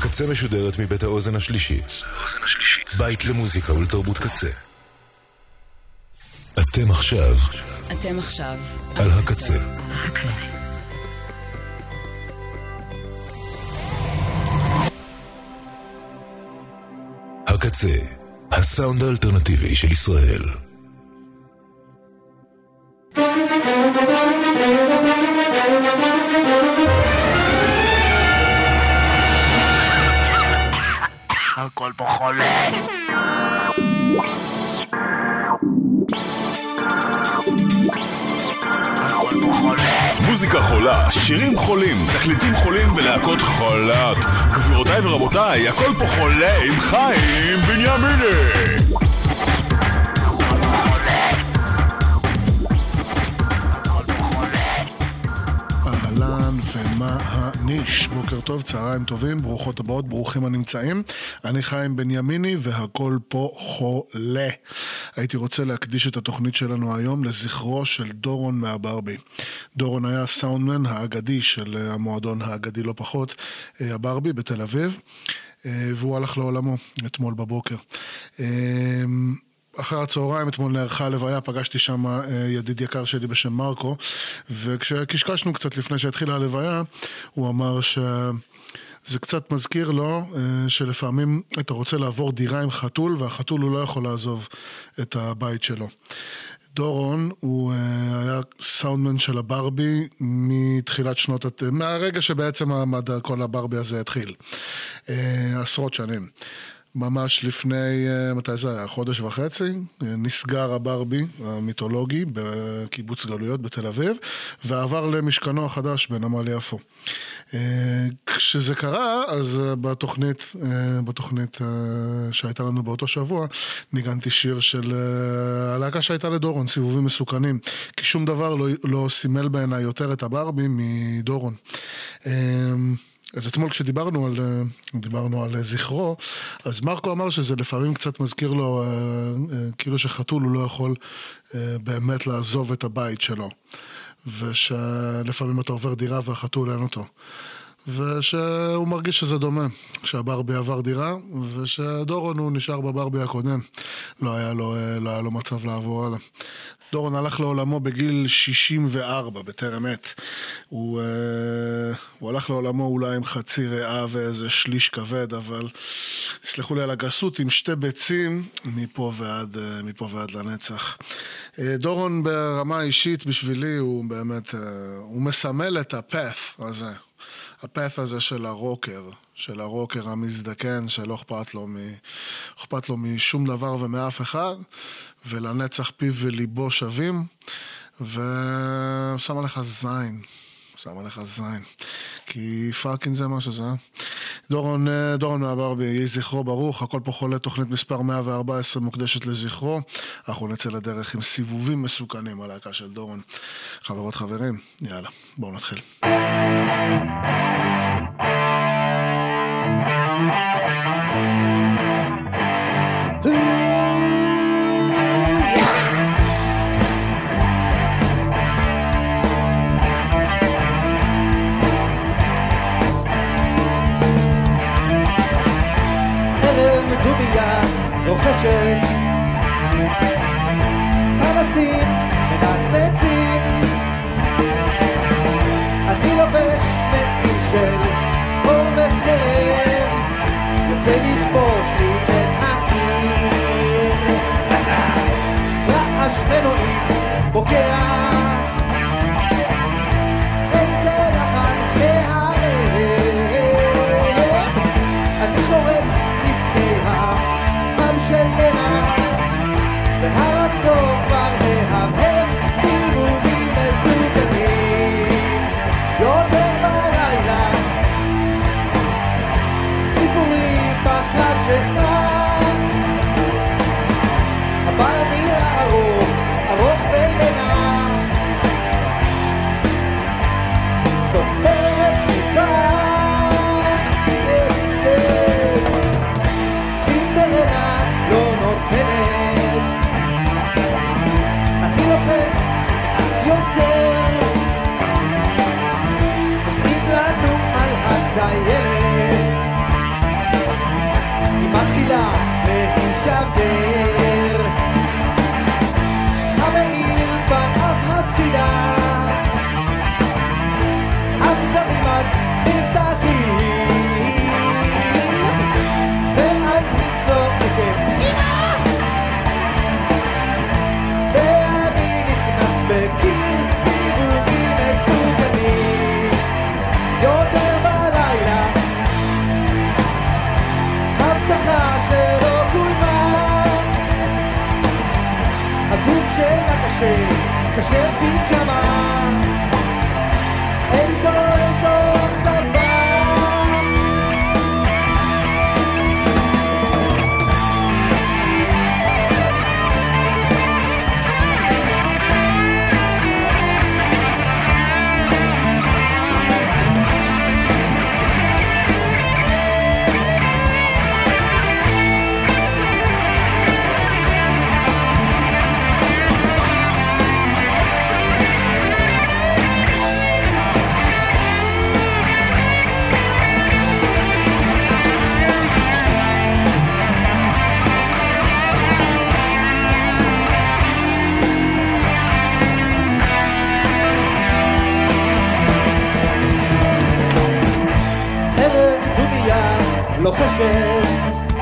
הקצה משודרת מבית האוזן השלישית. בית למוזיקה ולתרבות קצה. אתם עכשיו על הקצה. הקצה, הסאונד האלטרנטיבי של ישראל. הכל פה חולה. מוזיקה חולה, שירים חולים, תקליטים חולים ולהקות חולת. גבירותיי ורבותיי, הכל פה חולה עם חיים בנימיני. אהלן ומה הניש, בוקר טוב, צהריים טובים, ברוכות הבאות, ברוכים הנמצאים. אני חיים בנימיני והכל פה חולה. הייתי רוצה להקדיש את התוכנית שלנו היום לזכרו של דורון מהברבי. דורון היה הסאונדמן האגדי של המועדון האגדי לא פחות, הברבי בתל אביב, והוא הלך לעולמו אתמול בבוקר. אחר הצהריים אתמול נערכה הלוויה, פגשתי שם ידיד יקר שלי בשם מרקו, וכשקשקשנו קצת לפני שהתחילה הלוויה, הוא אמר שזה קצת מזכיר לו שלפעמים אתה רוצה לעבור דירה עם חתול, והחתול הוא לא יכול לעזוב את הבית שלו. דורון הוא היה סאונדמן של הברבי מתחילת שנות, מהרגע שבעצם כל הברבי הזה התחיל, עשרות שנים. ממש לפני, מתי זה היה? חודש וחצי, נסגר הברבי המיתולוגי בקיבוץ גלויות בתל אביב, ועבר למשכנו החדש בנמל יפו. כשזה קרה, אז בתוכנית שהייתה לנו באותו שבוע, ניגנתי שיר של הלהקה שהייתה לדורון, סיבובים מסוכנים, כי שום דבר לא סימל בעיניי יותר את הברבי מדורון. אז אתמול כשדיברנו על זכרו, אז מרקו אמר שזה לפעמים קצת מזכיר לו, כאילו שחתול הוא לא יכול באמת לעזוב את הבית שלו, ושלפעמים אתה עובר דירה והחתול אין אותו, ושהוא מרגיש שזה דומה, כשהברבי עבר דירה, ושדורון הוא נשאר בברבי הקודם, לא היה לו מצב לעבור הלאה. דורון הלך לעולמו בגיל 64, בטרם עת. הוא הלך לעולמו אולי עם חצי ריאה ואיזה שליש כבד, אבל סלחו לי על הגסות, עם שתי ביצים מפה ועד לנצח. דורון ברמה אישית בשבילי הוא באמת, הוא מסמל את הפאth הזה של הרוקר המזדקן, שלא אכפת לו משום דבר ומאף אחד, ולנצח פיו וליבו שווים, ושם עליך זין, כי פאקינג זה מה שזה. דורון מהברבי, יהי זכרו ברוך, הכל פה חולה, תוכנית מספר 114 מוקדשת לזכרו. אנחנו נצא לדרך עם סיבובים מסוכנים על להקה של דורון. חברות חברים, יאללה, בואו נתחיל. רוחשת פנסים מנצנצים, אני לובש מעיל של אור וחרב, יוצא לכבוש לי את העיר. רעש מנועים בוקע, איזה לחן מהרב, אני חורק לפני שלנה, והרמזור כבר מהבהב, סיבובים מסוכנים יותר בלילה, סיפורים בחשכה, הברבי ארוך בלינה, סופרת ליבה ילד לוחשת,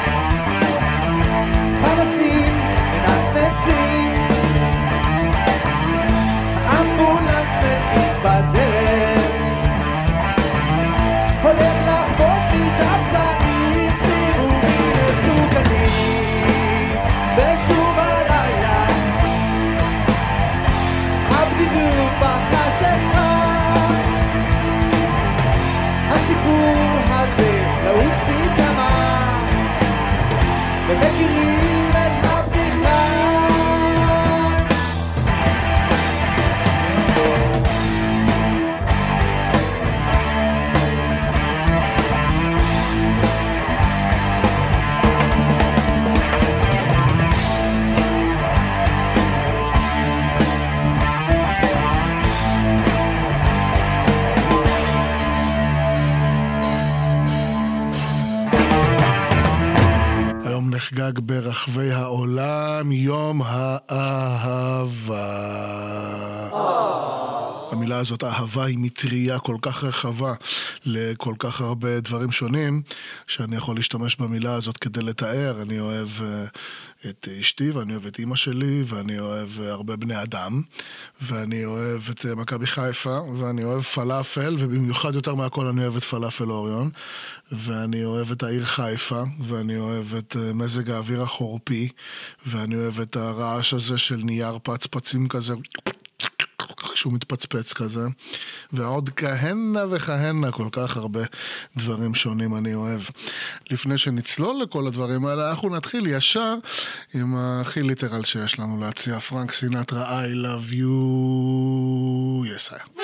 פנסים מנצנצים, האמבולנס מאיץ בדרך, הולך לחבוש לי את הפצעים, סיבובים מסוכנים, ושוב הלילה הבדידות בחשכה, הסיפור הזה לעוס בי כמה, ומכירים את הבדיחה. נחגג ברחבי העולם יום האהבה. המילה הזאת, אהבה, היא מטריה כל כך רחבה לכל כך הרבה דברים שונים, שאני יכול להשתמש במילה הזאת כדי לתאר. אני אוהב את אשתי, ואני אוהב את אמא שלי, ואני אוהב הרבה בני אדם, ואני אוהב את מכבי חיפה, ואני אוהב פלאפל, ובמיוחד יותר מהכל אני אוהב את פלאפל אוריון, ואני אוהב את העיר חיפה, ואני אוהב את מזג האוויר החורפי, ואני אוהב את הרעש הזה של נייר פצפצים כזה, כשהוא מתפצפץ כזה, ועוד כהנה וכהנה, כל כך הרבה דברים שונים אני אוהב. לפני שנצלול לכל הדברים האלה, אנחנו נתחיל ישר עם הכי ליטרל שיש לנו להציע, פרנק סינטרה, I love you, yes I.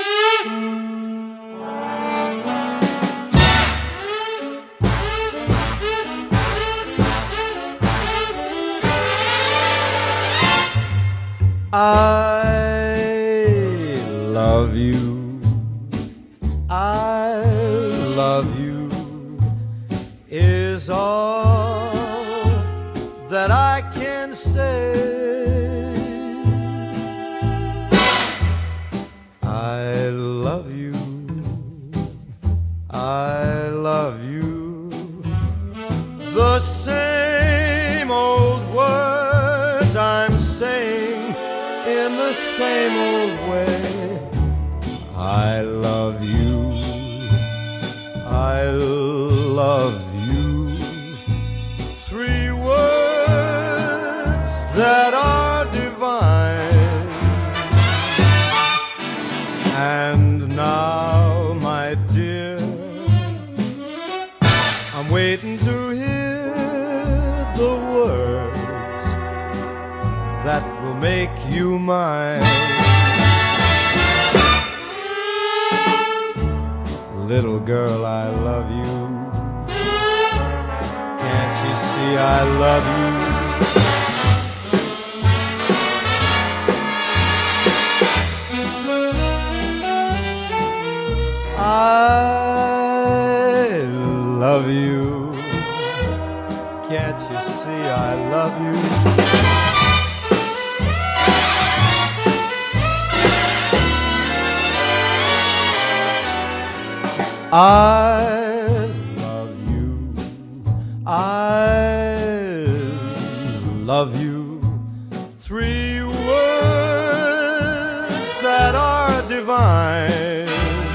Love you, I love you is all that I can say. I love you, I love you, the same old words I'm saying in the same old way. I love you, I love you, three words that are divine. And now, my dear, I'm waiting to hear the words that will make you mine. Little girl, I love you. Can't you see I love you? I love you. Can't you see I love you? I love you, I love you, three words that are divine.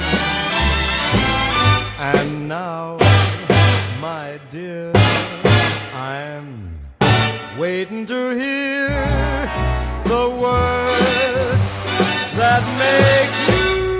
And now, my dear, I'm waiting to hear the words that make you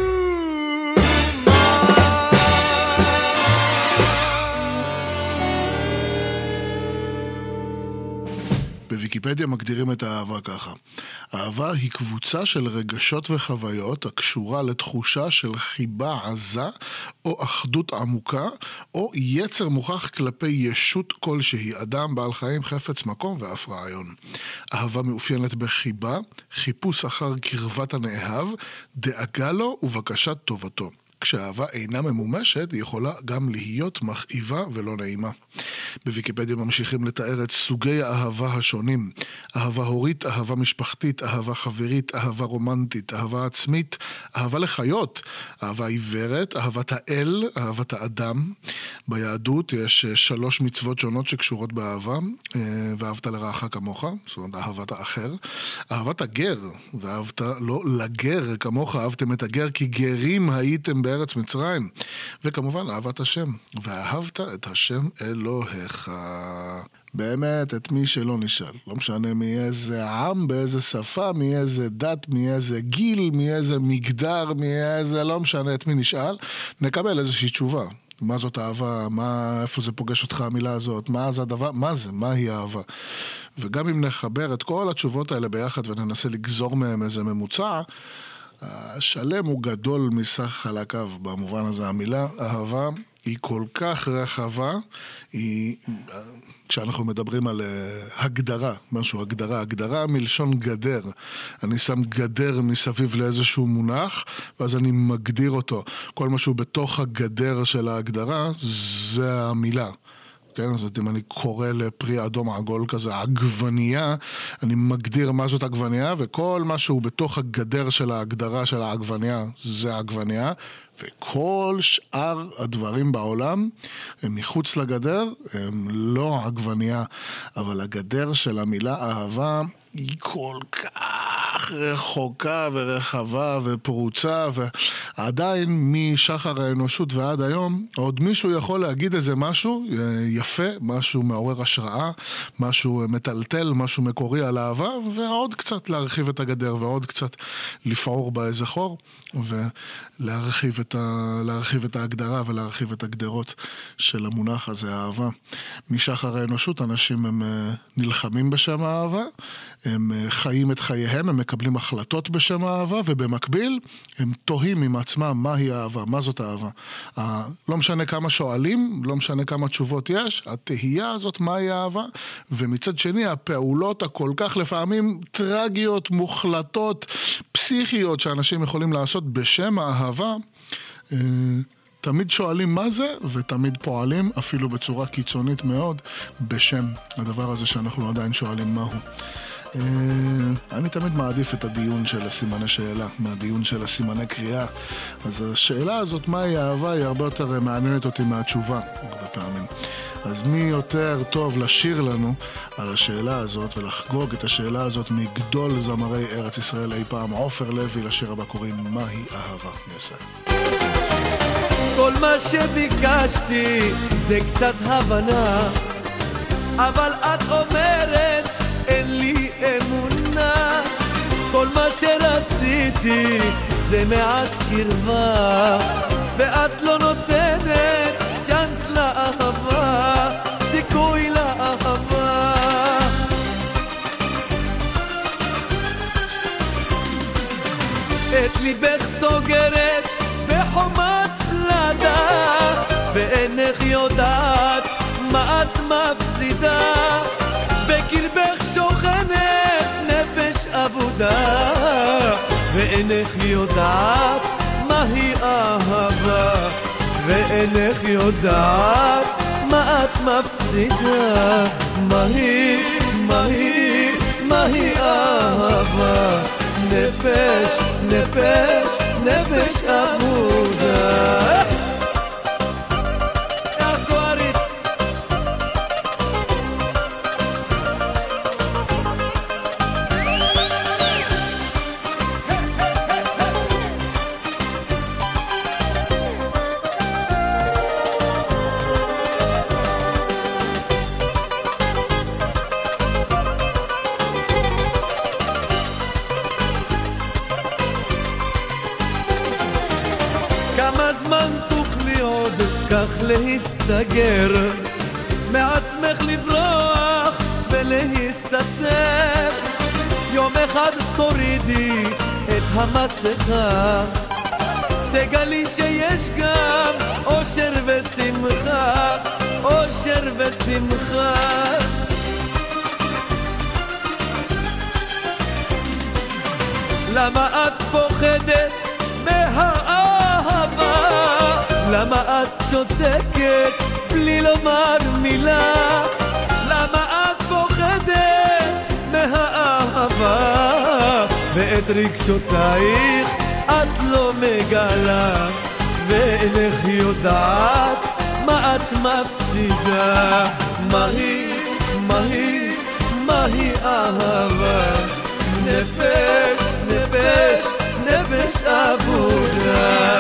בוויקיפדיה מגדירים את האהבה ככה. האהבה היא קבוצה של רגשות וחוויות הקשורה לתחושה של חיבה עזה או אחדות עמוקה או יצר מוכח כלפי ישות כלשהי, אדם, בעל חיים, חפץ, מקום ואף רעיון. אהבה מאופיינת בחיבה, חיפוש אחר קרבת הנאהב, דאגה לו ובקשת טובתו. כשאהבה אינה ממומשת, היא יכולה גם להיות מכאיבה ולא נעימה. בוויקיפדיה ממשיכים לתאר את סוגי האהבה השונים. אהבה הורית, אהבה משפחתית, אהבה חברית, אהבה רומנטית, אהבה עצמית, אהבה לחיות, אהבה עיוורת, אהבת האל, אהבת האדם. ביהדות יש 3 מצוות שונות שקשורות באהבה, ואהבת לרעך כמוך, זאת אומרת אהבת האחר. אהבת הגר, ואהבת לא לגר כמוך, אהבתם את הגר כי גרים הייתם בארץ מצרים. וכמובן אהבת השם, ואהבת את השם אלוהיך. באמת, את מי שלא נשאל. לא משנה מאיזה עם, באיזה שפה, מאיזה דת, מאיזה גיל, מאיזה מגדר, מאיזה, לא משנה את מי נשאל, נקבל איזושהי תשובה. מה זאת אהבה? איפה זה פוגש אותך המילה הזאת? מה זה הדבר? מה זה? מה היא אהבה? וגם אם נחבר את כל התשובות האלה ביחד וננסה לגזור מהם איזה ממוצע, השלם הוא גדול מסך חלקיו. במובן הזה המילה אהבה היא כל כך רחבה, כשאנחנו מדברים על הגדרה, משהו, הגדרה מלשון גדר. אני שם גדר מסביב לאיזשהו מונח, ואז אני מגדיר אותו. כל משהו בתוך הגדר של ההגדרה, זה המילה. כן, זאת אם אני קורא לפרי אדום עגול כזה, עגבנייה, אני מגדיר מה זאת עגבנייה, וכל משהו בתוך הגדר של ההגדרה של העגבנייה, זה העגבנייה, וכל שאר הדברים בעולם הם מחוץ לגדר, הם לא עגבנייה, אבל הגדר של המילה אהבה היא כל כך רחוקה ורחבה ופרוצה, ועדיין משחר האנושות ועד היום, עוד מישהו יכול להגיד איזה משהו יפה, משהו מעורר השראה, משהו מטלטל, משהו מקורי על אהבה, ועוד קצת להרחיב את הגדר, ועוד קצת לפעור באיזה חור, ולהרחיב את ההגדרה ולהרחיב את הגדרות של המונח הזה, האהבה. משחר האנושות אנשים הם נלחמים בשם האהבה, הם חיים את חייהם, הם מקבלים החלטות בשם האהבה, ובמקביל הם תוהים עם עצמם מהי האהבה, מה זאת האהבה. לא משנה כמה שואלים, לא משנה כמה תשובות יש, התהייה הזאת מהי האהבה, ומצד שני הפעולות הכל כך לפעמים טרגיות, מוחלטות, פסיכיות שאנשים יכולים לעשות בשם האהבה, תמיד שואלים מה זה, ותמיד פועלים, אפילו בצורה קיצונית מאוד, בשם הדבר הזה שאנחנו עדיין שואלים מהו. אני תמיד מעדיף את הדיון של הסימני שאלה, מהדיון של הסימני קריאה. אז השאלה הזאת, מהי אהבה, היא הרבה יותר מעניינת אותי מהתשובה, הרבה פעמים. אז מי יותר טוב לשיר לנו על השאלה הזאת ולחגוג את השאלה הזאת מגדול זמרי ארץ ישראל אי פעם, עופר לוי, לשיר הבא קוראים מהי אהבה. נסיים. כל מה שביקשתי זה קצת הבנה, אבל את אומרת אין לי אמונה. כל מה שרציתי זה מעט קרבה, ואת לא נותנת צ'אנס לאהבה, סיכוי לאהבה. את ליבך סוגרת בחומת פלדה, ואינך יודעת מה את מפסידה. בקרבך שוכנת נפש אבודה, ואינך יודעת מהי אהבה, ואינך יודעת מה את מפסידה. מהי אהבה, נפש אבודה. להסתגר, מעצמך לברוח ולהסתתר. יום אחד תורידי את המסכה, תגלי שיש גם אושר ושמחה, אושר ושמחה. למה את פוחדת מהאהבה? למה את שותקת בלי לומר מילה? למה את פוחדת מהאהבה? ואת רגשותייך את לא מגלה, ואינך יודעת מה את מפסידה. מהי אהבה? נפש, נפש, נפש אבודה.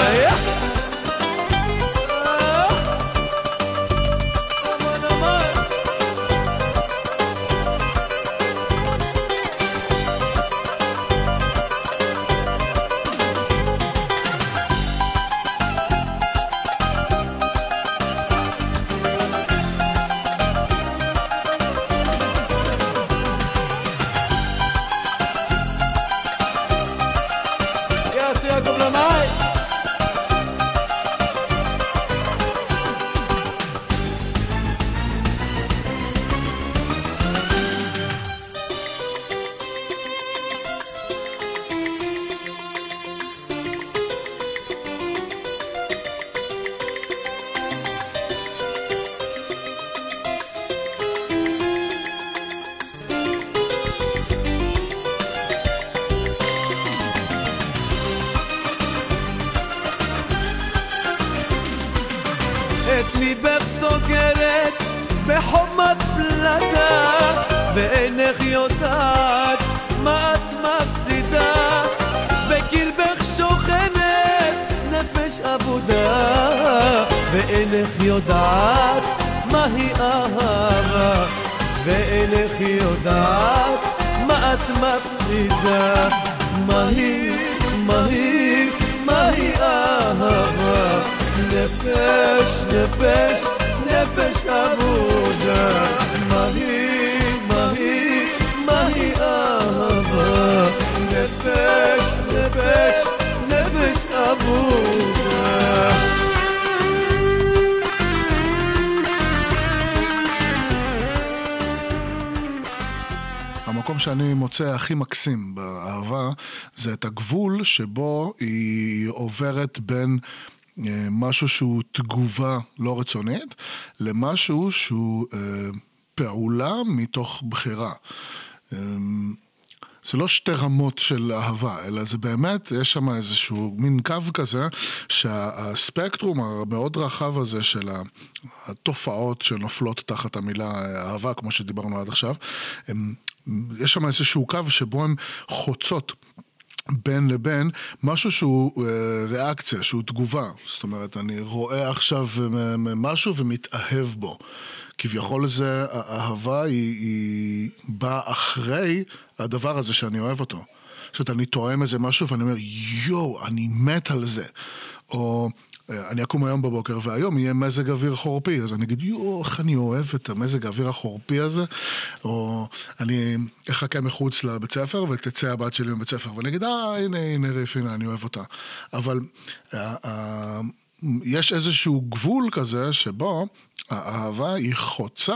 את ליבך סוגרת בחומת פלדה, ואינך יודעת מה את מפסידה. בקרבך שוכנת נפש אבודה, ואינך יודעת מהי אהבה, ואינך יודעת מה את מפסידה. מהי אהבה? נפש, נפש, נפש אבודה. מהי אהבה? נפש, נפש, נפש אבודה. המקום שאני מוצא הכי מקסים באהבה זה את הגבול שבו היא עוברת בין משהו שהוא תגובה לא רצונית למשהו שהוא פעולה מתוך בחירה. זה לא שתי רמות של אהבה, אלא זה באמת, יש שם איזשהו מין קו כזה, שהספקטרום המאוד רחב הזה של התופעות שנופלות תחת המילה אהבה, כמו שדיברנו עד עכשיו, יש שם איזשהו קו שבו הן חוצות בין לבין משהו שהוא ריאקציה, שהוא תגובה. זאת אומרת, אני רואה עכשיו משהו ומתאהב בו. כביכול זה, האהבה היא באה אחרי הדבר הזה שאני אוהב אותו. זאת אומרת, אני תואם איזה משהו ואני אומר, יו, אני מת על זה. או אני אקום היום בבוקר והיום יהיה מזג אוויר חורפי, אז אני אגיד, יו, איך אני אוהב את המזג האוויר החורפי הזה. או אני אחכה מחוץ לבית ספר ותצא הבת שלי מבית ספר ואני אגיד, הנה ריף, הנה, אני אוהב אותה. אבל יש איזשהו גבול כזה שבו האהבה היא חוצה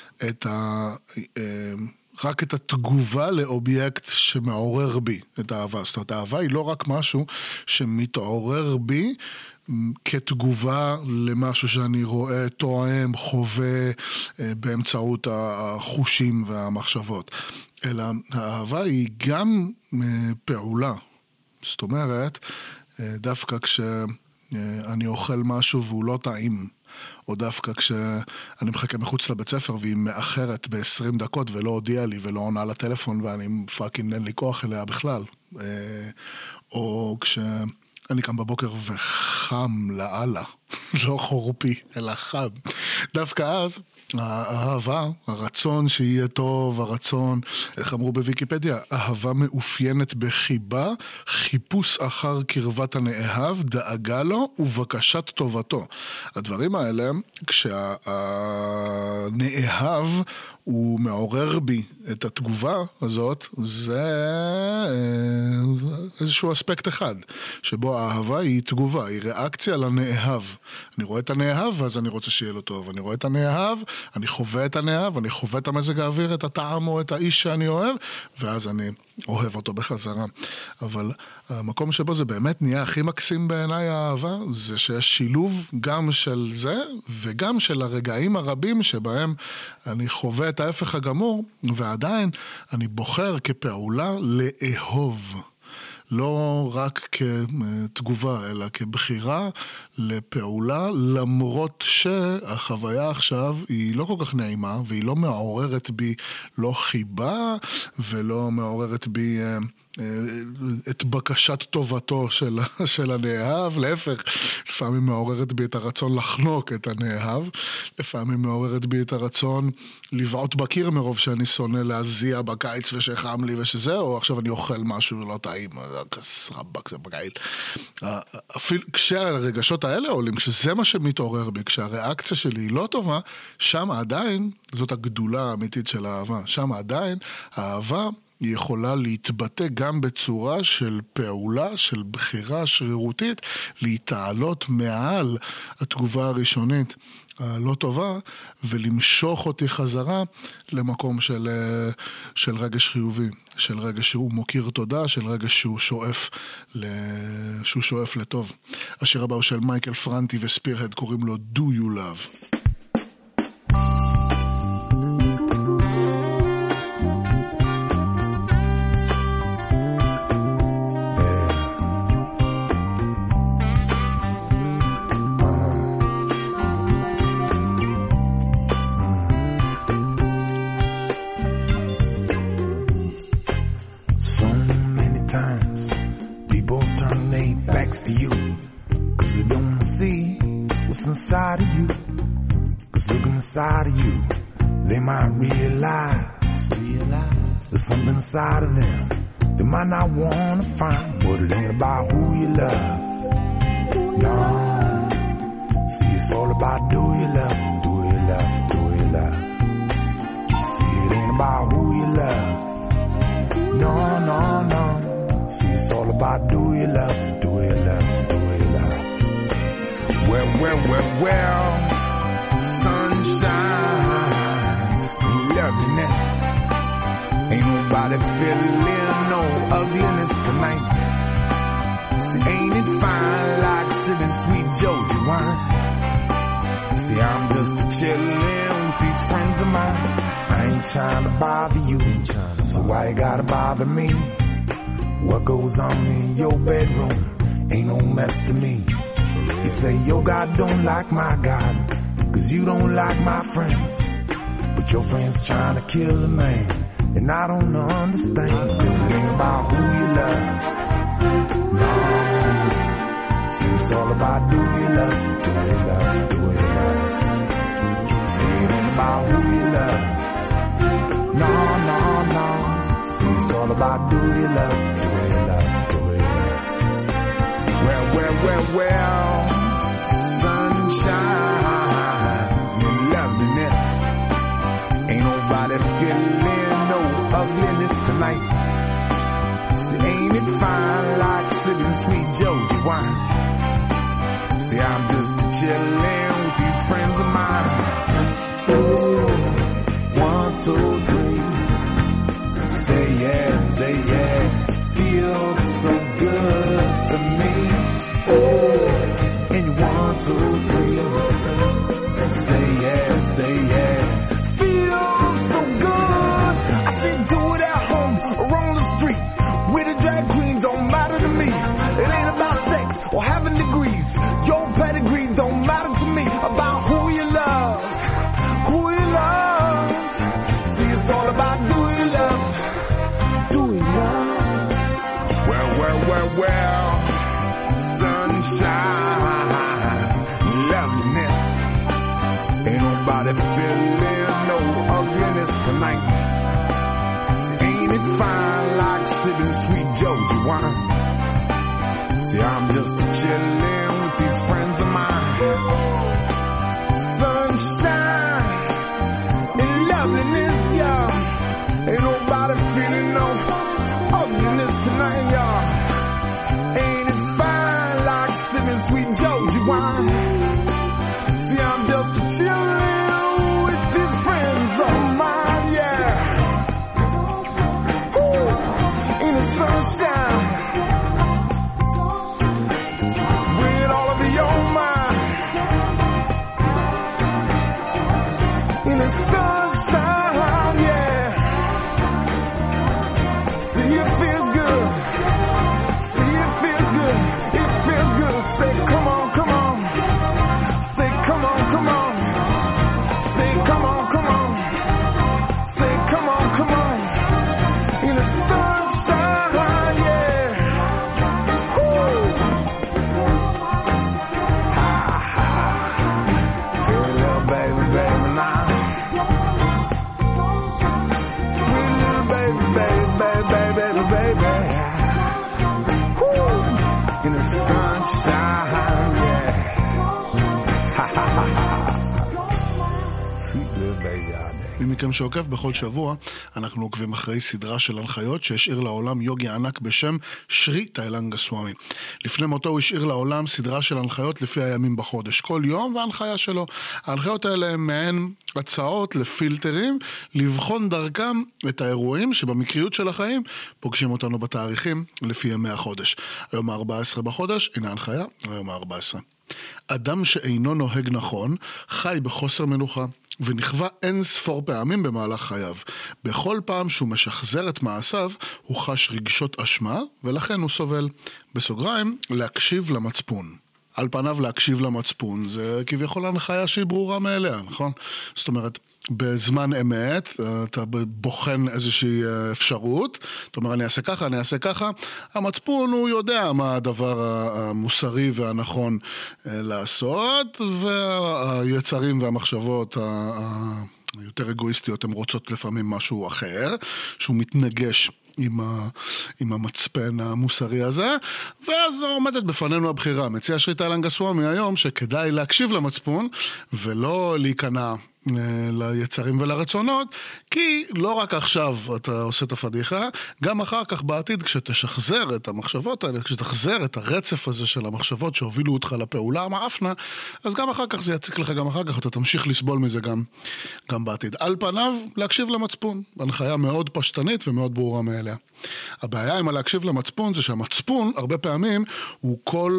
רק את התגובה לאובייקט שמעורר בי את האהבה. זאת אומרת, האהבה היא לא רק משהו שמתעורר בי כתגובה למשהו שאני רואה, תואם, חווה באמצעות החושים והמחשבות. אלא האהבה היא גם פעולה. זאת אומרת, דווקא כשאני אוכל משהו והוא לא טעים, או דווקא כשאני מחכה מחוץ לבית ספר והיא מאחרת ב-20 דקות ולא הודיעה לי ולא עונה לטלפון ואני פאקינג אין לי כוח אליה בכלל. או כשאני קם בבוקר וחם לאללה, לא חורפי אלא חם. דווקא אז האהבה, הרצון שיהיה טוב, הרצון, איך אמרו בוויקיפדיה, אהבה מאופיינת בחיבה, חיפוש אחר קרבת הנאהב, דאגה לו ובקשת טובתו. הדברים האלה, כשהנאהב הוא מעורר בי את התגובה הזאת, זה איזשהו אספקט אחד, שבו האהבה היא תגובה, היא ריאקציה לנאהב. אני רואה את הנאהב, אז אני רוצה שיהיה לו טוב. אני רואה את הנאהב, אני חווה את הנאהב, אני חווה את המזג האוויר, את הטעם או את האיש שאני אוהב, ואז אני אוהב אותו בחזרה. אבל המקום שבו זה באמת נהיה הכי מקסים בעיניי האהבה, זה שיש שילוב גם של זה, וגם של הרגעים הרבים שבהם אני חווה את ההפך הגמור, ועדיין אני בוחר כפעולה לאהוב. לא רק כתגובה, אלא כבחירה לפעולה, למרות שהחוויה עכשיו היא לא כל כך נעימה, והיא לא מעוררת בי לא חיבה, ולא מעוררת בי את בקשת טובתו של הנאהב, להפך, לפעמים מעוררת בי את הרצון לחנוק את הנאהב, לפעמים מעוררת בי את הרצון לבעוט בקיר מרוב שאני שונא להזיע בקיץ ושחם לי ושזה, או עכשיו אני אוכל משהו ולא טעים, רבק זה בגייל. אפילו כשהרגשות האלה עולים, כשזה מה שמתעורר בי, כשהריאקציה שלי היא לא טובה, שם עדיין, זאת הגדולה האמיתית של האהבה, שם עדיין האהבה היא יכולה להתבטא גם בצורה של פעולה, של בחירה שרירותית, להתעלות מעל התגובה הראשונית הלא טובה, ולמשוך אותי חזרה למקום של רגש חיובי, של רגש שהוא מוקיר תודה, של רגש שהוא שואף לטוב. השיר הבא הוא של מייקל פרנטי וספירהד, קוראים לו Do You Love. To you, cause they don't see what's inside of you, cause looking inside of you, they might realize there's something inside of them they might not want to find, but it ain't about who you love, no, see it's all about do you love, do you love, do you love, see it ain't about who you love, no, no, no, see it's all about do you love, do you love, do you love. Well, sunshine, loveliness. Ain't nobody feeling no ugliness tonight. See, ain't it fine like sipping sweet Georgia wine? See, I'm just chillin' with these friends of mine. I ain't trying to bother you, so why you gotta bother me? What goes on in your bedroom ain't no mess to me. You say your God don't like my God, cause you don't like my friends, but your friends trying to kill a man, and I don't understand, cause it ain't about who you love, no. See, it's all about do you love, do you love, do you love. See, it ain't about who you love, no, no, no. See, it's all about do you love, do you love, do you love. Well, sunshine and loveliness. Ain't nobody feeling no ugliness tonight. See, ain't it fine like sipping sweet Georgia wine? See, I'm just chillin' with these friends of mine. Ooh, 1, 2, 3. Say yeah, feels so good to me. Oh, and 1, 2, 3. Say yeah, feels so good. I said do it at home or on the street with a drag queen, don't matter to me. It ain't about sex or having degrees. Your pedigree don't matter to me. About who you love, who you love. See, it's all about do you love. Well, sunshine, loveliness. Ain't nobody feeling no ugliness tonight. See, ain't it fine like sipping sweet Georgia wine? See, I'm just chillin' with these friends of mine. Sunshine and loveliness, y'all. Ain't nobody feeling no ugliness tonight, y'all. Ain't it fine like sipping sweet Georgia wine? See, I'm just chillin'. on, come on. Say, come on, come on. Say, come on, come on. In the sunshine, yeah. Woo. Ha, ha. Pretty little baby, baby, now. Pretty little baby, baby, baby, baby, baby. Woo. In the sunshine, yeah. Ha, ha, ha, ha. Sweet little baby out there. מי מכם שעוקב בכל שבוע, אנחנו עוקבים אחרי סדרה של הנחיות שהשאיר לעולם יוגי ענק בשם שרי טיילנגה סוואמי. לפני מותו הוא השאיר לעולם סדרה של הנחיות לפי הימים בחודש, כל יום וההנחיה שלו. ההנחיות האלה הן מעין הצעות לפילטרים, לבחון דרכם את האירועים שבמקריות של החיים פוגשים אותנו בתאריכים לפי ימי החודש. היום ה-14 בחודש, הנה ההנחיה, היום ה-14. אדם שאינו נוהג נכון, חי בחוסר מנוחה, ונכווה אין ספור פעמים במהלך חייו. בכל פעם שהוא משחזר את מעשיו, הוא חש רגשות אשמה, ולכן הוא סובל. בסוגריים, להקשיב למצפון. על פניו להקשיב למצפון, זה כביכול הנחיה שהיא ברורה מאליה, נכון? זאת אומרת, בזמן אמת, אתה בוחן איזושהי אפשרות, זאת אומרת, אני אעשה ככה, אני אעשה ככה, המצפון הוא יודע מה הדבר המוסרי והנכון לעשות, והיצרים והמחשבות היותר אגואיסטיות, הן רוצות לפעמים משהו אחר, שהוא מתנגש עם המצפן המוסרי הזה, ואז עומדת בפנינו הבחירה. מציע שרי טיילנגה סוואמי היום שכדאי להקשיב למצפון ולא להיכנע ליצרים ולרצונות, כי לא רק עכשיו אתה עושה את הפדיחה, גם אחר כך בעתיד כשתשחזר את המחשבות האלה, כשתחזר את הרצף הזה של המחשבות שהובילו אותך לפעולה המאפנה, אז גם אחר כך זה יציק לך, גם אחר כך אתה תמשיך לסבול מזה גם בעתיד. על פניו, להקשיב למצפון, הנחיה מאוד פשטנית ומאוד ברורה מאליה. הבעיה עם להקשיב למצפון זה שהמצפון הרבה פעמים הוא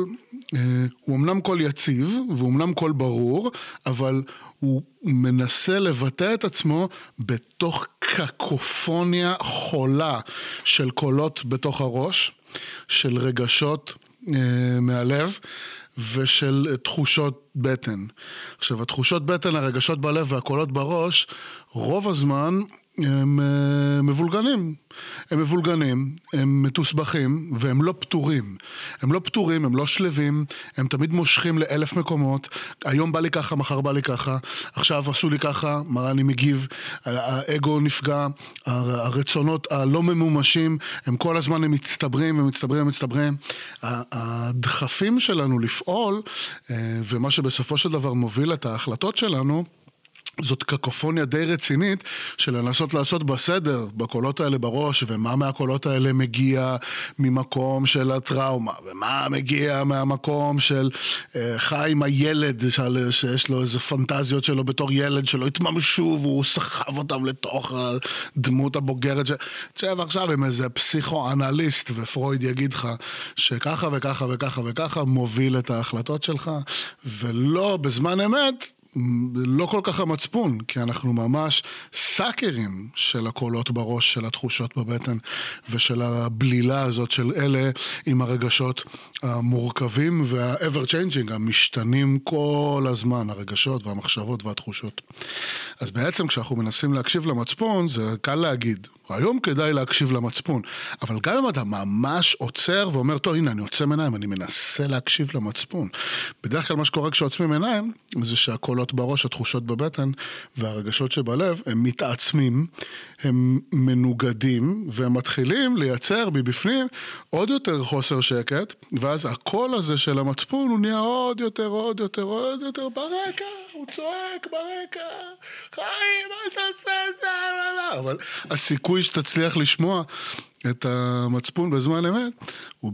אמנם קול יציב והוא אמנם קול ברור, אבל הוא מנסה לבטא את עצמו בתוך קקופוניה חולה של קולות בתוך הראש, של רגשות מהלב ושל תחושות בטן. עכשיו, התחושות בטן, הרגשות בלב והקולות בראש, רוב הזמן הם מבולגנים. הם מבולגנים, הם מתוסבכים, והם לא פתורים. הם לא פתורים, הם לא שלבים, הם תמיד מושכים לאלף מקומות. היום בא לי ככה, מחר בא לי ככה, עכשיו עשו לי ככה, מה אני מגיב, האגו נפגע, הרצונות הלא ממומשים, הם כל הזמן הם מצטברים ומצטברים ומצטברים. הדחפים שלנו לפעול, ומה שבסופו של דבר מוביל את ההחלטות שלנו, זאת קקופוניה די רצינית של לנסות לעשות בסדר בקולות האלה בראש, ומה מהקולות האלה מגיע ממקום של הטראומה, ומה מגיע מהמקום של חי עם הילד שיש לו איזה פנטזיות שלו בתור ילד שלא התממשו והוא סחב אותם לתוך הדמות הבוגרת שב עכשיו עם איזה פסיכואנליסט ופרויד יגיד לך שככה וככה וככה וככה מוביל את ההחלטות שלך, ולא בזמן אמת לא כל כך המצפון, כי אנחנו ממש סאקרים של הקולות בראש, של התחושות בבטן ושל הבלילה הזאת של אלה עם הרגשות המורכבים וה-ever changing, המשתנים כל הזמן, הרגשות והמחשבות והתחושות. אז בעצם כשאנחנו מנסים להקשיב למצפון, זה קל להגיד, היום כדאי להקשיב למצפון, אבל גם אם אתה ממש עוצר ואומר, טוב, הנה, אני עוצם עיניים, אני מנסה להקשיב למצפון. בדרך כלל מה שקורה כשעוצמים עיניים, זה שהקולות בראש, התחושות בבטן והרגשות שבלב, הם מתעצמים, הם מנוגדים, והם מתחילים לייצר מבפנים עוד יותר חוסר שקט, ואז הקול הזה של המצפון הוא נהיה עוד יותר, עוד יותר, עוד יותר ברקע, הוא צועק ברקע, חיים, אל תעשה את זה, אבל הסיכוי שתצליח לשמוע את המצפון בזמן אמת הוא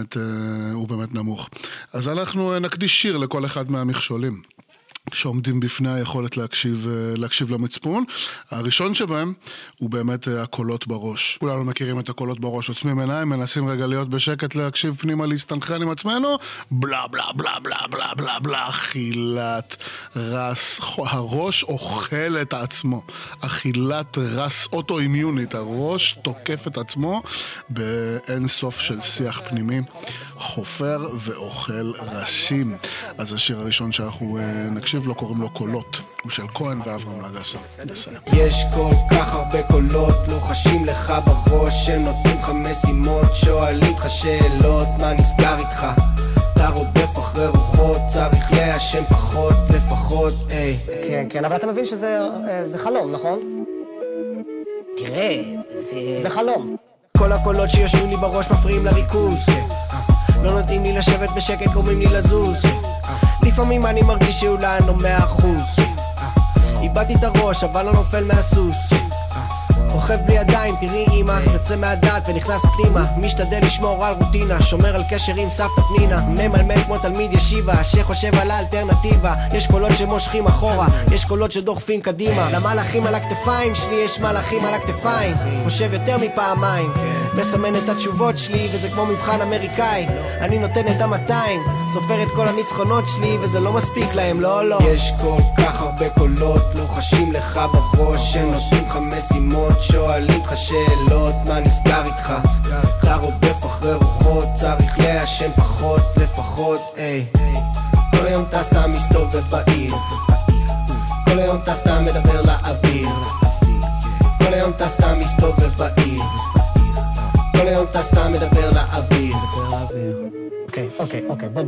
באמת נמוך. אז אנחנו נקדיש שיר לכל אחד מהמכשולים שעומדים בפני היכולת להקשיב למצפון. הראשון שבהם הוא באמת הקולות בראש. כולנו מכירים את הקולות בראש, עוצמים עיניים, מנסים רגע להיות בשקט, להקשיב פנימה, להסתנכרן עם עצמנו, בלה בלה בלה בלה בלה בלה בלה, אכילת רס, הראש אוכל את עצמו, אכילת רס אוטואימיונית, הראש תוקף את עצמו באין סוף של שיח פנימי חופר ואוכל ראשים. אז השיר הראשון שאנחנו נקשיב לו קוראים לו קולות, הוא של כהן ואברהם נגסה. יש כל כך הרבה קולות לוחשים לך בראש, הם נותנים לך משימות, שואלים לך שאלות, מה נסגר איתך? אתה רודף אחרי רוחות, צריך להשם פחות, לפחות, איי. כן, אבל אתה מבין שזה חלום, נכון? תראה, זה חלום. כל הקולות שיושבים לי בראש מפריעים לריכוז, לא נותנים לי לשבת בשקט, גורמים לי לזוז. לפעמים אני מרגיש שאולי אני לא 100%. איבדתי את הראש אבל לא נופל מהסוס. רוכב בלי ידיים, תראי אמא, יוצא מהדעת ונכנס פנימה. משתדל לשמור על רוטינה, שומר על קשר עם סבתא פנינה. ממלמל כמו תלמיד ישיבה, שחושב על האלטרנטיבה. יש קולות שמושכים אחורה, יש קולות שדוחפים קדימה. למלאכים על הכתפיים שלי יש מלאכים על הכתפיים. חושב יותר מפעמיים, מסמן את התשובות שלי וזה כמו מבחן אמריקאי. אני נותן את 200, סופר את כל הניצחונות שלי וזה לא מספיק להם, לא. יש כל כך הרבה קולות לוחשים לך בראש, הם נותנים לך משימות, שואלים לך שאלות, מה נסגר איתך? אתה רודף אחרי רוחות, צריך להשם פחות, לפחות, איי. כל היום אתה סתם מסתובב בעיר, כל היום אתה סתם מדבר לאוויר, כל היום אתה סתם מסתובב בעיר, כל היום אתה סתם מדבר לאוויר. אוקיי,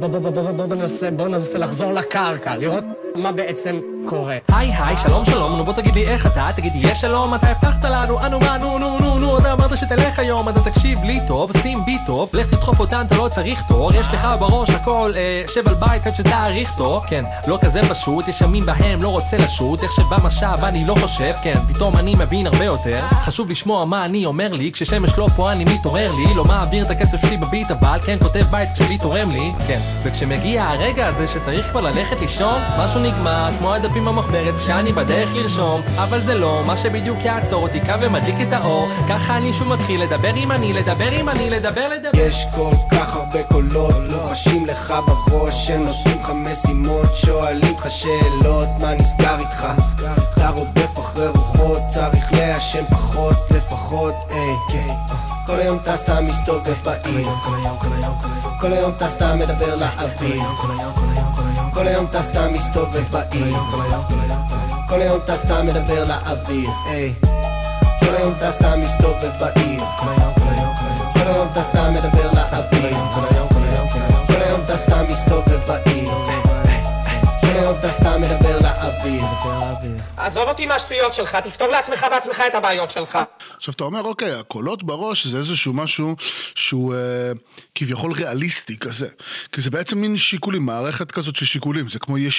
בוא ננסה לחזור לקרקע, לראות מה בעצם קורה. היי, שלום, נו בוא תגיד לי איך אתה, תגיד לי יש שלום, אתה הבטחת לנו, נו, אתה אמרת שתלך היום, אתה תקשיב לי טוב, שים בי טוב, לך תדחוף אותן, אתה לא צריך תור, יש לך בראש הכל, שב על בית עד שתאריך תור, כן, לא כזה פשוט, יש ימים בהם לא רוצה לשוט, איך שבא משאב אני לא חושב, כן, פתאום אני מבין הרבה יותר, חשוב לשמוע מה אני אומר לי, כששמש לא פה אני מתעורר לי, לא מעביר את הכסף שלי בביט אבל, כן, כותב בית כשלי תורם לי, כן, וכשמגיע הרגע הזה שצריך כבר ללכת לישון, משהו נגמר, כמו הדפים במחברת כשאני בדרך לרשום, אבל זה לא מה שבדיוק יעצור אותי קו ומדליק את האור, ככה אני שוב מתחיל לדבר עם אני. יש כל כך הרבה קולות לוחשים לך בראש, הם נותנים לך משימות, שואלים לך שאלות, מה נסגר איתך? אתה רודף אחרי רוחות, צריך להשם פחות, לפחות, איי. כל היום אתה סתם מסתובב בעיר, כל היום אתה סתם מדבר לאוויר, כל היום אתה סתם מסתובב בעיר, כל היום אתה סתם מדבר לאוויר, איי. כל היום אתה סתם מסתובב בעיר, כל היום אתה סתם מדבר לאוויר, כל היום אתה סתם מסתובב בעיר, כל היום אתה סתם מדבר לאוויר. עזוב אותי מהשטויות שלך, תפתור לעצמך בעצמך את הבעיות שלך. עכשיו אתה אומר, אוקיי, הקולות בראש זה איזשהו משהו שהוא כביכול ריאליסטי כזה, כי זה בעצם מין שיקולים, מערכת כזאת של שיקולים, זה כמו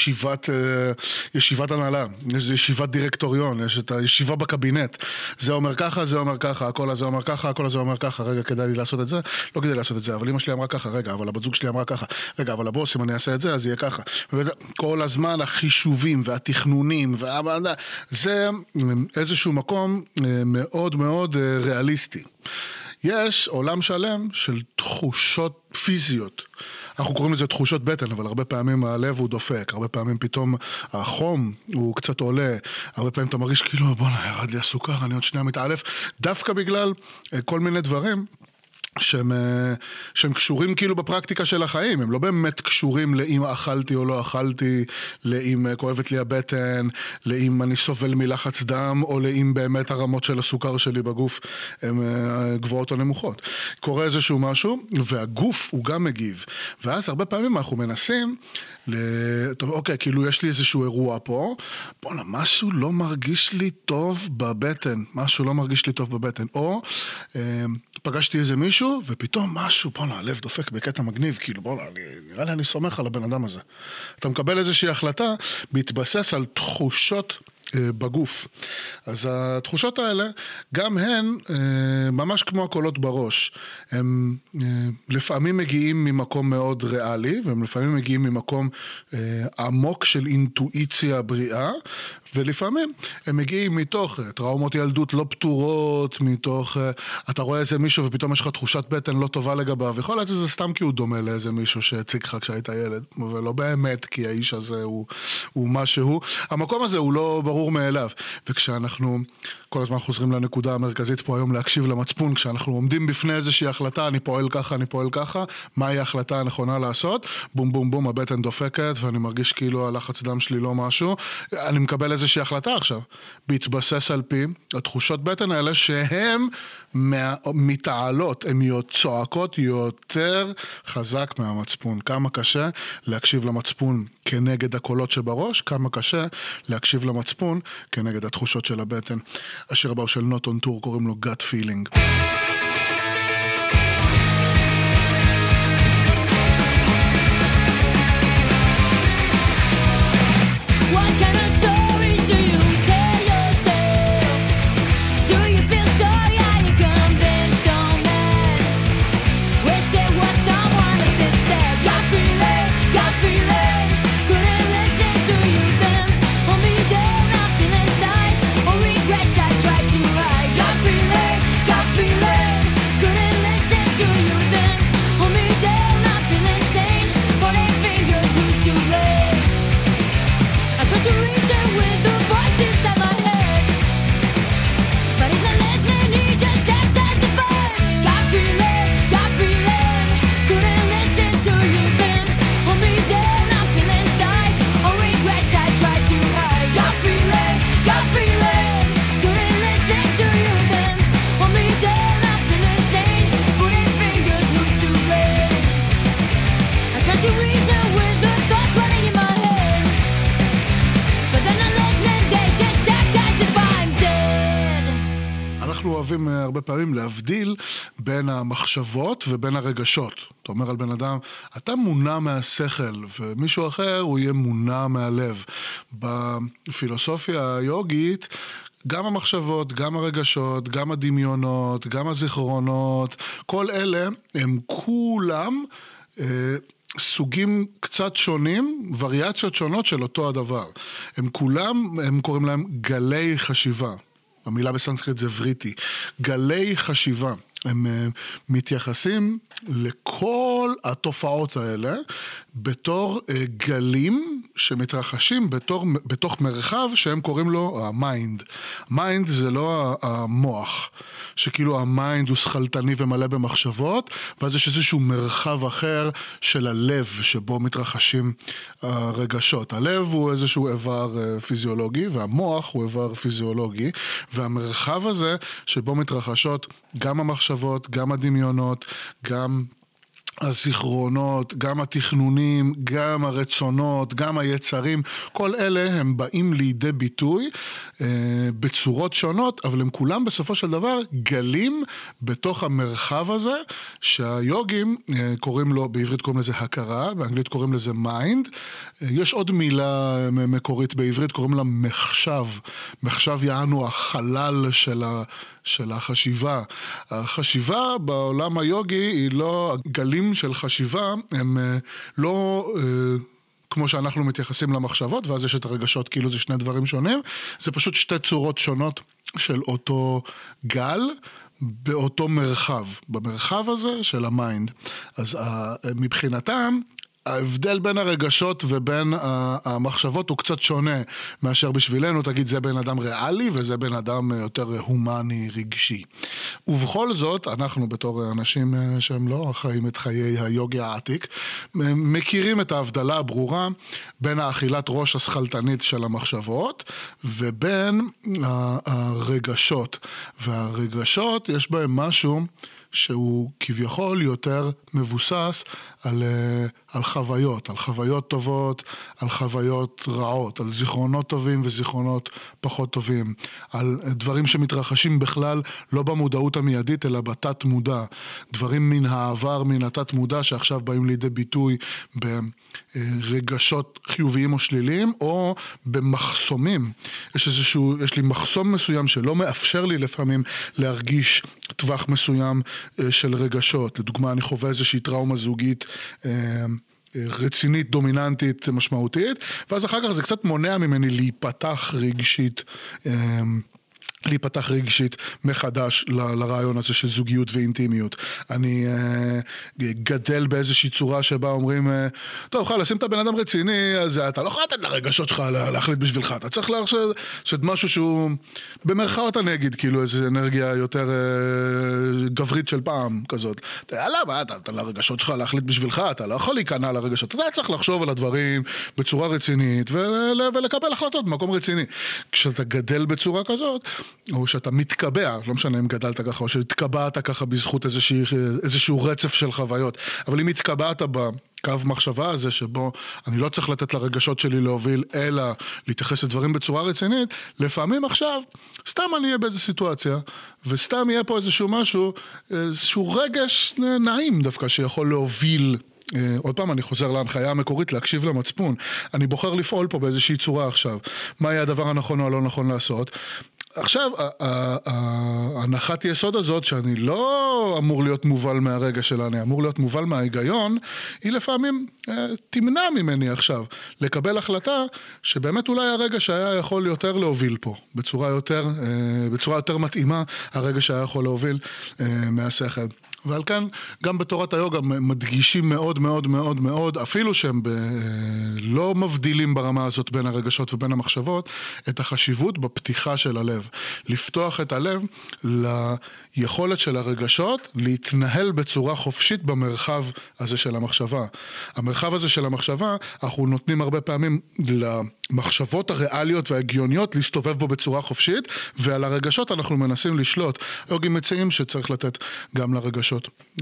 ישיבת הנהלה, יש ישיבת דירקטוריון, יש את הישיבה בקבינט, זה אומר ככה, זה אומר ככה, הכל הזה אומר ככה, הכל הזה אומר ככה, רגע, כדאי לי לעשות את זה? לא כדאי לעשות את זה, אבל אמא שלי אמרה ככה, רגע, אבל הבת זוג שלי אמרה ככה, רגע, אבל הבוס, אם אני אעשה את זה, אז יהיה ככה. כל הזמן החישובים והתכנונים, זה איזשהו מקום מאוד מאוד ריאליסטי. יש עולם שלם של תחושות פיזיות. אנחנו קוראים לזה תחושות בטן, אבל הרבה פעמים הלב הוא דופק, הרבה פעמים פתאום החום הוא קצת עולה, הרבה פעמים אתה מרגיש כאילו, בוא'נה, ירד לי הסוכר, אני עוד שנייה מתעלף, דווקא בגלל כל מיני דברים שהם קשורים כאילו בפרקטיקה של החיים, הם לא באמת קשורים לאם אכלתי או לא אכלתי, לאם כואבת לי הבטן, לאם אני סובל מלחץ דם, או לאם באמת הרמות של הסוכר שלי בגוף הן גבוהות או נמוכות. קורה איזשהו משהו, והגוף הוא גם מגיב. ואז הרבה פעמים אנחנו מנסים, אוקיי, כאילו יש לי איזשהו אירוע פה, בוא'נה, משהו לא מרגיש לי טוב בבטן, או פגשתי איזה מישהו, ופתאום משהו, בוא'נה, הלב דופק בקטע מגניב, כאילו, בוא'נה, נראה לי אני סומך על הבן אדם הזה. אתה מקבל איזושהי החלטה, בהתבסס על תחושות בגוף. אז התחושות האלה, גם הן, ממש כמו הקולות בראש, הם לפעמים מגיעים ממקום מאוד ריאלי, והם לפעמים מגיעים ממקום עמוק של אינטואיציה בריאה, ולפעמים הם מגיעים מתוך טראומות ילדות לא פתורות, מתוך, אתה רואה איזה מישהו ופתאום יש לך תחושת בטן לא טובה לגביו, ויכול להיות שזה סתם כי הוא דומה לאיזה מישהו שהציג לך כשהיית ילד, ולא באמת כי האיש הזה הוא משהו. המקום הזה הוא לא ברור ברור מאליו. וכשאנחנו כל הזמן חוזרים לנקודה המרכזית פה היום להקשיב למצפון, כשאנחנו עומדים בפני איזושהי החלטה, אני פועל ככה, מהי ההחלטה הנכונה לעשות, בום בום בום, הבטן דופקת, ואני מרגיש כאילו הלחץ דם שלי לא משהו, אני מקבל איזושהי החלטה עכשיו, בהתבסס על פי התחושות בטן האלה, שהן מתעלות, הן צועקות יותר חזק מהמצפון. כמה קשה להקשיב למצפון כנגד הקולות שבראש, כמה קשה להקשיב למצפון כנגד התחושות של הבטן. השיר הבא של Not on Tour, קוראים לו Gut Feeling. הרבה פעמים להבדיל בין המחשבות ובין הרגשות. אתה אומר על בן אדם, אתה מונע מהשכל, ומישהו אחר הוא יהיה מונע מהלב. בפילוסופיה היוגית, גם המחשבות, גם הרגשות, גם הדמיונות, גם הזיכרונות, כל אלה הם כולם סוגים קצת שונים, וריאציות שונות של אותו הדבר. הם כולם, הם קוראים להם גלי חשיבה. המילה בסנסקריט זה וריטי. גלי חשיבה. הם מתייחסים לכל התופעות האלה בתור גלים שמתרחשים בתוך מרחב שהם קוראים לו המיינד. מיינד זה לא המוח, שכאילו המיינד הוא שכלתני ומלא במחשבות, ואז יש איזשהו מרחב אחר של הלב שבו מתרחשים הרגשות. הלב הוא איזשהו איבר פיזיולוגי, והמוח הוא איבר פיזיולוגי, והמרחב הזה שבו מתרחשות גם המחשבות, גם הדמיונות, גם הזיכרונות, גם התכנונים, גם הרצונות, גם היצרים, כל אלה הם באים לידי ביטוי בצורות שונות, אבל הם כולם בסופו של דבר גלים בתוך המרחב הזה, שהיוגים קוראים לו, בעברית קוראים לזה הכרה, באנגלית קוראים לזה מיינד. יש עוד מילה מקורית בעברית, קוראים לה מחשב. מחשב יענו החלל של החשיבה. החשיבה בעולם היוגי היא לא, הגלים של חשיבה הם לא כמו שאנחנו מתייחסים למחשבות, ואז יש את הרגשות, כאילו זה שני דברים שונים, זה פשוט שתי צורות שונות של אותו גל, באותו מרחב, במרחב הזה של המיינד. אז מבחינתם, ההבדל בין הרגשות ובין המחשבות הוא קצת שונה מאשר בשבילנו, תגיד זה בן אדם ריאלי וזה בן אדם יותר הומני רגשי. ובכל זאת, אנחנו בתור אנשים שהם לא חיים את חיי היוגי העתיק, מכירים את ההבדלה הברורה בין האכילת ראש השכלתנית של המחשבות ובין הרגשות. והרגשות יש בהם משהו שהוא כביכול יותר מבוסס על חוויות, על חוויות טובות, על חוויות רעות, על זיכרונות טובים וזיכרונות פחות טובים, על דברים שמתרחשים בכלל לא במודעות המיידית אלא בתת מודע, דברים מן העבר, מן התת מודע שעכשיו באים לידי ביטוי ברגשות חיוביים או שליליים או במחסומים. יש לי מחסום מסוים שלא מאפשר לי לפעמים להרגיש טווח מסוים של רגשות. לדוגמה, אני חווה איזושהי טראומה זוגית רצינית, דומיננטית, משמעותית, ואז אחר כך זה קצת מונע ממני להיפתח רגשית להיפתח רגשית מחדש לרעיון הזה של זוגיות ואינטימיות. אני גדל באיזושהי צורה שבה אומרים, טוב, חלה, שים את הבן אדם רציני, אז אתה לא יכול לתת לרגשות שלך להחליט בשבילך, אתה צריך להחליט משהו שהוא במרכאות אני אגיד, כאילו איזו אנרגיה יותר גברית של פעם כזאת. למה? אתה לרגשות שלך להחליט בשבילך, אתה לא יכול להיכנע לרגשות, אתה צריך לחשוב על הדברים בצורה רצינית ולקבל החלטות במקום רציני. כשאתה גדל בצורה כזאת, או שאתה מתקבע, לא משנה אם גדלת ככה, או שהתקבעת ככה בזכות איזשהו רצף של חוויות, אבל אם התקבעת בקו מחשבה הזה, שבו אני לא צריך לתת לרגשות שלי להוביל, אלא להתייחס לדברים בצורה רצינית, לפעמים עכשיו, סתם אני אהיה באיזו סיטואציה, וסתם יהיה פה איזשהו רגש נעים דווקא, שיכול להוביל, עוד פעם אני חוזר להנחיה המקורית, להקשיב למצפון, אני בוחר לפעול פה באיזושהי צורה עכשיו, מה יהיה הדבר הנכון או הלא נכון לעשות, עכשיו, ההנחת יסוד הזאת, שאני לא אמור להיות מובל מהרגע שלה, אני אמור להיות מובל מההיגיון, היא לפעמים תמנע ממני עכשיו לקבל החלטה, שבאמת אולי הרגע שהיה יכול יותר להוביל פה, בצורה יותר מתאימה, הרגע שהיה יכול להוביל מהשכל. ועל כן, גם בתורת היוגה מדגישים מאוד מאוד מאוד מאוד, אפילו שהם לא מבדילים ברמה הזאת בין הרגשות ובין המחשבות, את החשיבות בפתיחה של הלב. לפתוח את הלב ליכולת של הרגשות להתנהל בצורה חופשית במרחב הזה של המחשבה. המרחב הזה של המחשבה, אנחנו נותנים הרבה פעמים למחשבות הריאליות וההגיוניות להסתובב בו בצורה חופשית, ועל הרגשות אנחנו מנסים לשלוט. יוגים מציעים שצריך לתת גם לרגשות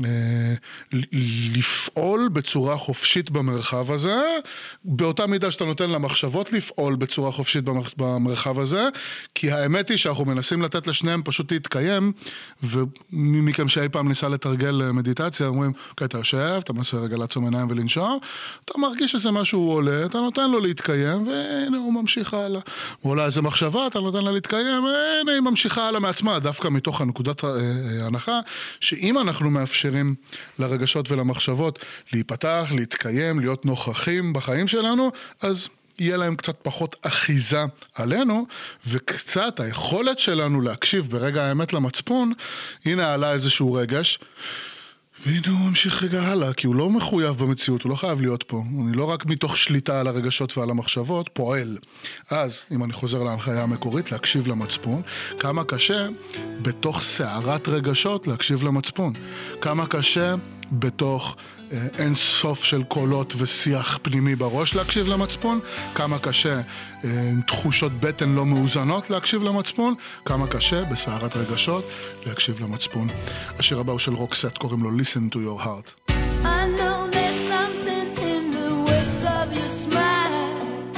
לפעול בצורה חופשית במרחב הזה, באותה מידה שאתה נותן למחשבות לפעול בצורה חופשית במרחב הזה, כי האמת היא שאנחנו מנסים לתת לשניהם פשוט להתקיים, ומי מכם שאי פעם ניסה לתרגל מדיטציה, אומרים, אוקיי, אתה יושב, אתה מנסה רגע לעצום עיניים ולנשום, אתה מרגיש שזה משהו עולה, אתה נותן לו להתקיים, והנה הוא ממשיך הלאה. ואולי איזה מחשבה, אתה נותן לה להתקיים, והנה היא ממשיכה הלאה מעצמה, דווקא מתוך הנקודת ההנחה, שאם אנחנו מאפשרים לרגשות ולמחשבות להיפתח, להתקיים, להיות נוכחים בחיים שלנו, אז יהיה להם קצת פחות אחיזה עלינו, וקצת היכולת שלנו להקשיב ברגע האמת למצפון, הנה עלה איזשהו רגש, והנה הוא ממשיך רגע הלאה, כי הוא לא מחויב במציאות, הוא לא חייב להיות פה. אני לא רק מתוך שליטה על הרגשות ועל המחשבות, פועל. אז, אם אני חוזר להנחיה המקורית, להקשיב למצפון, כמה קשה בתוך סערת רגשות להקשיב למצפון. כמה קשה בתוך אין סוף של קולות ושיח פנימי בראש להקשיב למצפון, כמה קשה עם תחושות בטן לא מאוזנות להקשיב למצפון, כמה קשה בסערת רגשות להקשיב למצפון. השיר הבא הוא של רוקסט, קוראים לו Listen to your heart. I know there's something in the wake of your smile.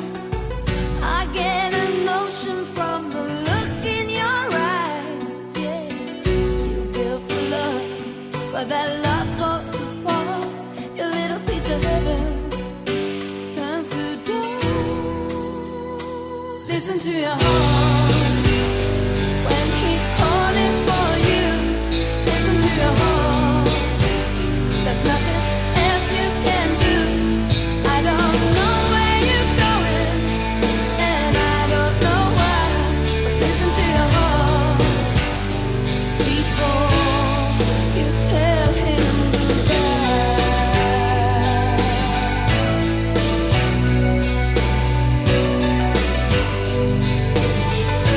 I get a notion from the look in your eyes. Yeah, you built a love, but that love falls apart. Your little piece of heaven turns to dust. Listen to your heart when he's calling for you. Listen to your heart. There's nothing else you can do. I don't know where you're going, and I don't know why, but listen to your heart before you tell him goodbye.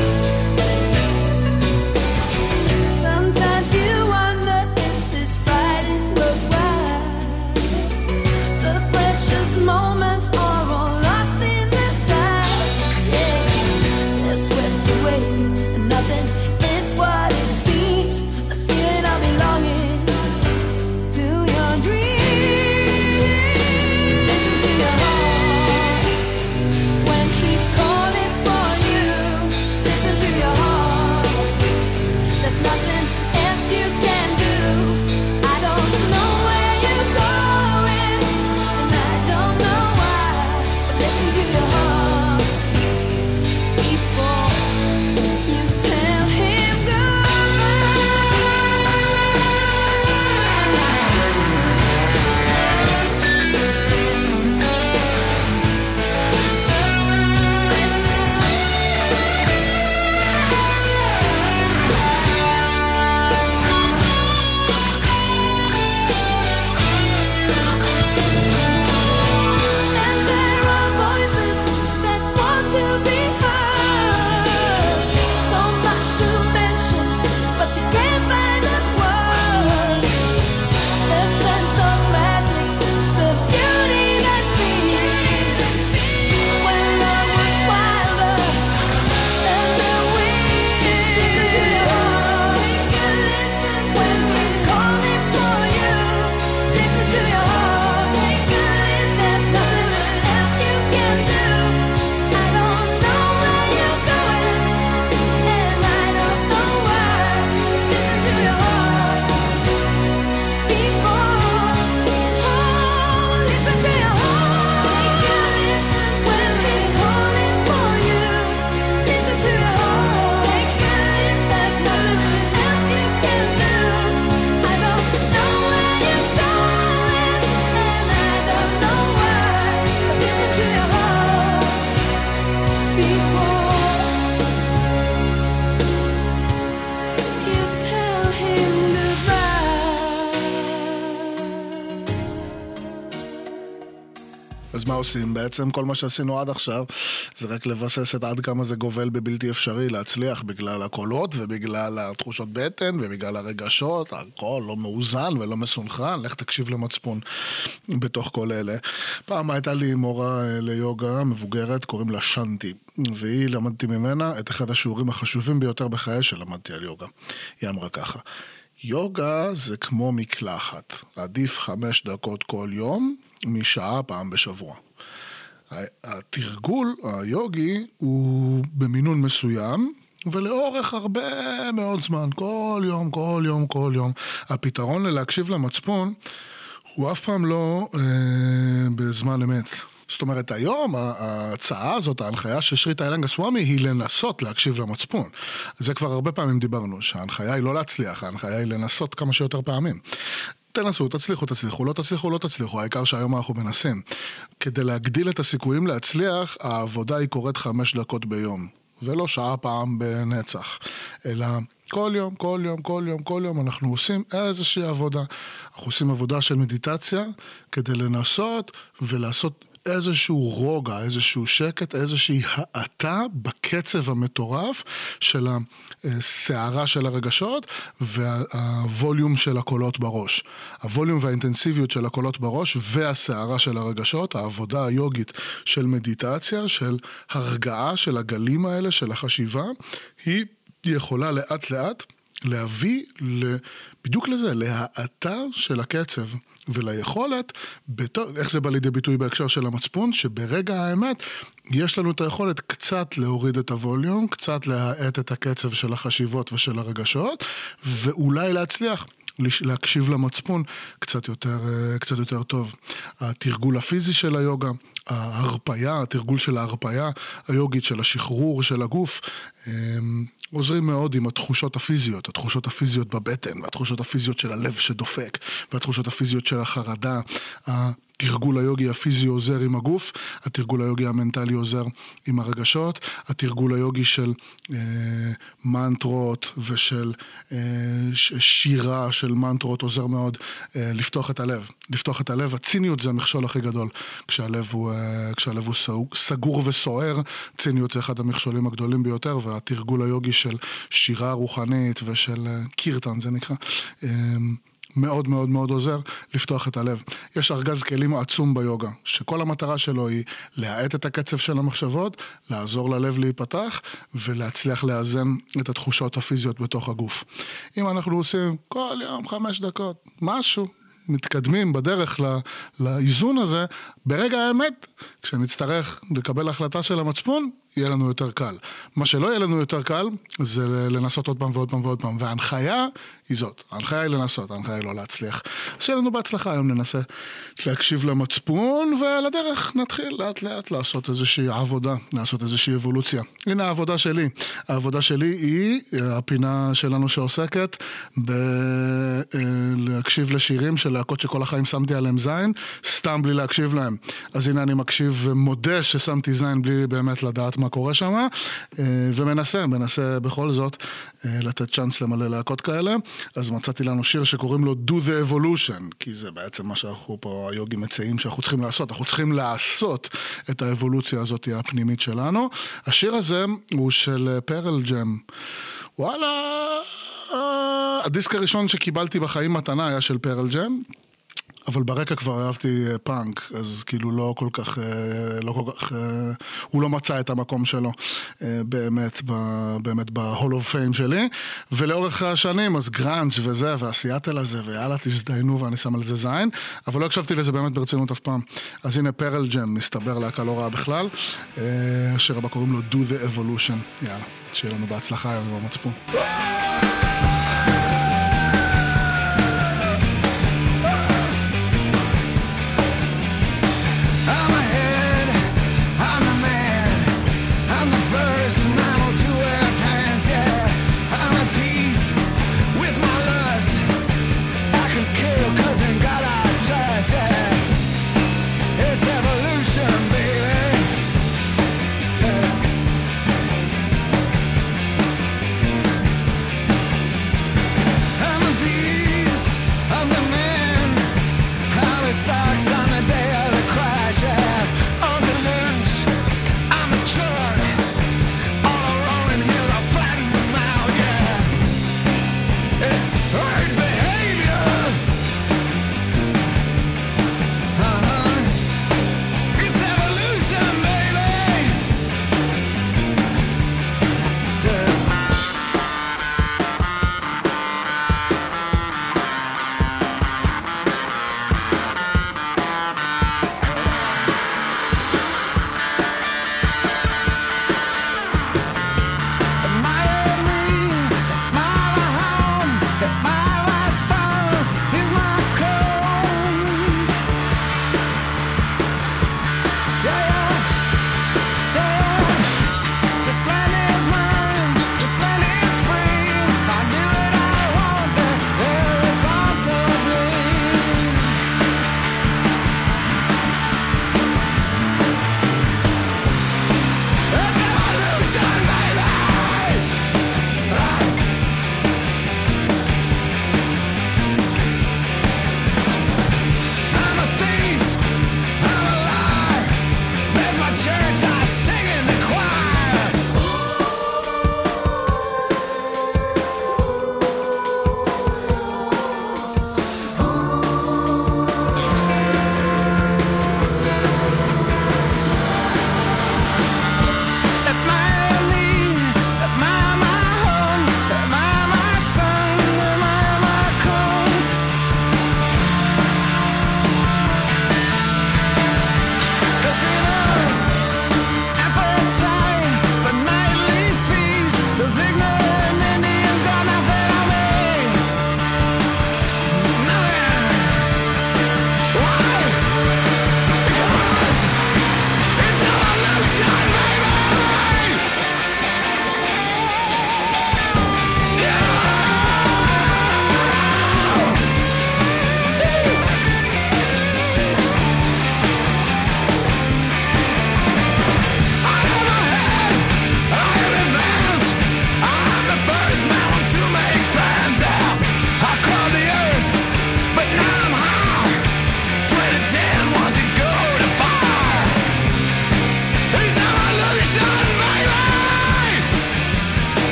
עושים? בעצם כל מה שעשינו עד עכשיו זה רק לבסס את עד כמה זה גובל בבלתי אפשרי להצליח בגלל הקולות ובגלל התחושות בטן ובגלל הרגשות, הכל לא מאוזן ולא מסונכרן, לך תקשיב למצפון בתוך כל אלה. פעם הייתה לי מורה ליוגה מבוגרת, קוראים לה שנטי, והיא למדתי ממנה את אחד השיעורים החשובים ביותר בחיי שלמדתי על יוגה. היא אמרה ככה, יוגה זה כמו מקלחת, עדיף 5 דקות כל יום משעה פעם בשבוע. התרגול היוגי הוא במינון מסוים, ולאורך הרבה מאוד זמן, כל יום. הפתרון ללהקשיב למצפון הוא אף פעם לא בזמן אמת. זאת אומרת, היום ההצעה הזאת, ההנחיה של שרי תאילנגה סוואמי היא לנסות להקשיב למצפון. זה כבר הרבה פעמים דיברנו, שההנחיה היא לא להצליח, ההנחיה היא לנסות כמה שיותר פעמים. תנסו, תצליחו, לא תצליחו, העיקר שהיום אנחנו מנסים. כדי להגדיל את הסיכויים להצליח, העבודה היא קורית 5 דקות ביום, ולא שעה פעם בנצח, אלא כל יום אנחנו עושים איזושהי עבודה. אנחנו עושים עבודה של מדיטציה, כדי לנסות ולעשות איזשהו רוגע, איזשהו שקט, איזושהי האטה בקצב המטורף של השערה של הרגשות והווליום של הקולות בראש. הווליום והאינטנסיביות של הקולות בראש והשערה של הרגשות, העבודה היוגית של מדיטציה, של הרגעה של הגלים האלה, של החשיבה, היא יכולה לאט לאט להביא בדיוק לזה, להאטה של הקצב. וליכולת, איך זה בא לידי ביטוי בהקשר של המצפון, שברגע האמת יש לנו את היכולת קצת להוריד את הווליום, קצת להאט את הקצב של החשיבות ושל הרגשות, ואולי להצליח להקשיב למצפון קצת יותר טוב. התרגול הפיזי של היוגה, התרגול של ההרפיה היוגית, של השחרור של הגוף, עוזרים מאוד עם התחושות הפיזיות בבטן, והתחושות הפיזיות של הלב שדופק, והתחושות הפיזיות של החרדה. התרגול היוגי הפיזי עוזר עם הגוף, התרגול היוגי המנטלי עוזר עם הרגשות, התרגול היוגי של מנטרות ושל שירה של מנטרות עוזר מאוד לפתוח את הלב. הציניות זה המכשול הכי גדול, כשהלב הוא סגור וסוער, ציניות זה אחד המכשולים הגדולים ביותר, והתרגול היוגי של שירה רוחנית ושל קירטן זה נקרא, מאוד מאוד מאוד עוזר לפתוח את הלב. יש ארגז כלים עצום ביוגה, שכל המטרה שלו היא להאט את הקצב של המחשבות, לעזור ללב להיפתח, ולהצליח לאזן את התחושות הפיזיות בתוך הגוף. אם אנחנו עושים כל יום 5 דקות, משהו, מתקדמים בדרך לאיזון הזה, ברגע האמת, כשנצטרך לקבל החלטה של המצפון, יהיה לנו יותר קל. מה שלא יהיה לנו יותר קל, זה לנסות עוד פעם ועוד פעם. וההנחיה היא זאת. ההנחיה היא לנסות, ההנחיה היא לא להצליח. אז שיהיה לנו בהצלחה, היום ננסה להקשיב למצפון, ועל הדרך נתחיל לאט לאט לעשות איזושהי עבודה, לעשות איזושהי אבולוציה. הנה העבודה שלי. העבודה שלי היא הפינה שלנו שעוסקת בלהקשיב לשירים של להקות שכל החיים שמתי עליהם זין, סתם בלי להקשיב להם. אז הנה אני מקשיב ומודה ששמתי זין בלי באמת לדעת מה קורה שם, ומנסה בכל זאת לתת צ'אנס למלא להקות כאלה. אז מצאתי לנו שיר שקוראים לו Do the Evolution, כי זה בעצם מה שאנחנו פה היוגים מציעים שאנחנו צריכים לעשות. אנחנו צריכים לעשות את האבולוציה הזאת הפנימית שלנו. השיר הזה הוא של פרל ג'ם. וואלה, הדיסק הראשון שקיבלתי בחיים מתנה היה של פרל ג'ם, אבל ברקע כבר אהבתי פאנק, אז כאילו לא כל כך, הוא לא מצא את המקום שלו באמת בהול אוף פיים שלי, ולאורך השנים, אז גראנץ' וזה, והסיאטל הזה, ויאללה תזדיינו ואני שם על זה זין, אבל לא הקשבתי לזה באמת ברצינות אף פעם. אז הנה פרל ג'ם, מסתבר להקה לא רעה בכלל, השיר הבא קוראים לו Do the Evolution, יאללה, שיהיה לנו בהצלחה היום במצפון. Baby,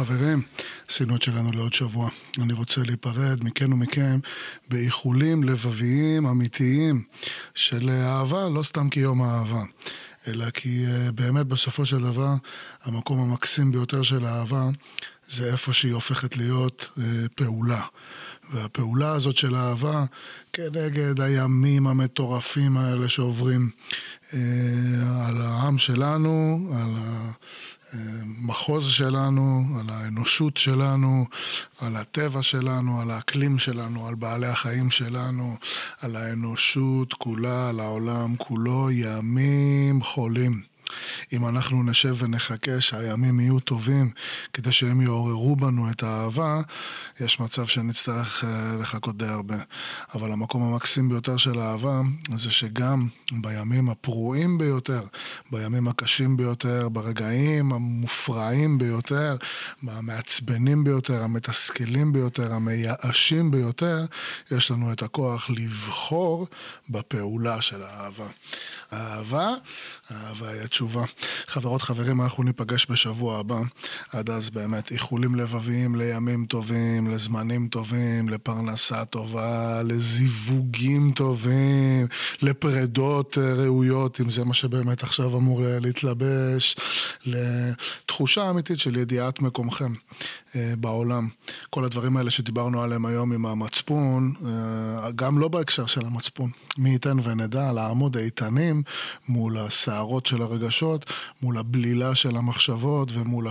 חברים, עשינו את שלנו לעוד שבוע. אני רוצה להיפרד מכן ומכם באיחולים לבביים אמיתיים של אהבה, לא סתם כיום האהבה, אלא כי באמת בסופו של דבר המקום המקסים ביותר של האהבה זה איפה שהיא הופכת להיות פעולה. והפעולה הזאת של האהבה כנגד הימים המטורפים האלה שעוברים על העם שלנו, על המחוז שלנו, על האנושות שלנו, על הטבע שלנו, על האקלים שלנו, על בעלי החיים שלנו, על האנושות כולה, על העולם כולו, ימים חולים. אם אנחנו נשב ונחכה שהימים יהיו טובים כדי שהם יעוררו בנו את האהבה, יש מצב שנצטרך לחכות די הרבה. אבל המקום המקסים ביותר של האהבה זה שגם בימים הפרועים ביותר, בימים הקשים ביותר, ברגעים המופרעים ביותר, המעצבנים ביותר, המתסכלים ביותר, המייאשים ביותר, יש לנו את הכוח לבחור בפעולה של האהבה. האהבה היא התשובה. חברות, חברים, אנחנו ניפגש בשבוע הבא. עד אז באמת איחולים לבביים לימים טובים, לזמנים טובים, לפרנסה טובה, לזיווגים טובים, לפרדות ראויות, אם זה מה שבאמת עכשיו אמור להתלבש, לתחושה אמיתית של ידיעת מקומכם בעולם. כל הדברים האלה שדיברנו עליהם היום עם המצפון, גם לא בהקשר של המצפון. מי ייתן ונדע לעמוד איתנים מול הסערות של הרגשות, מול הבלילה של המחשבות ומול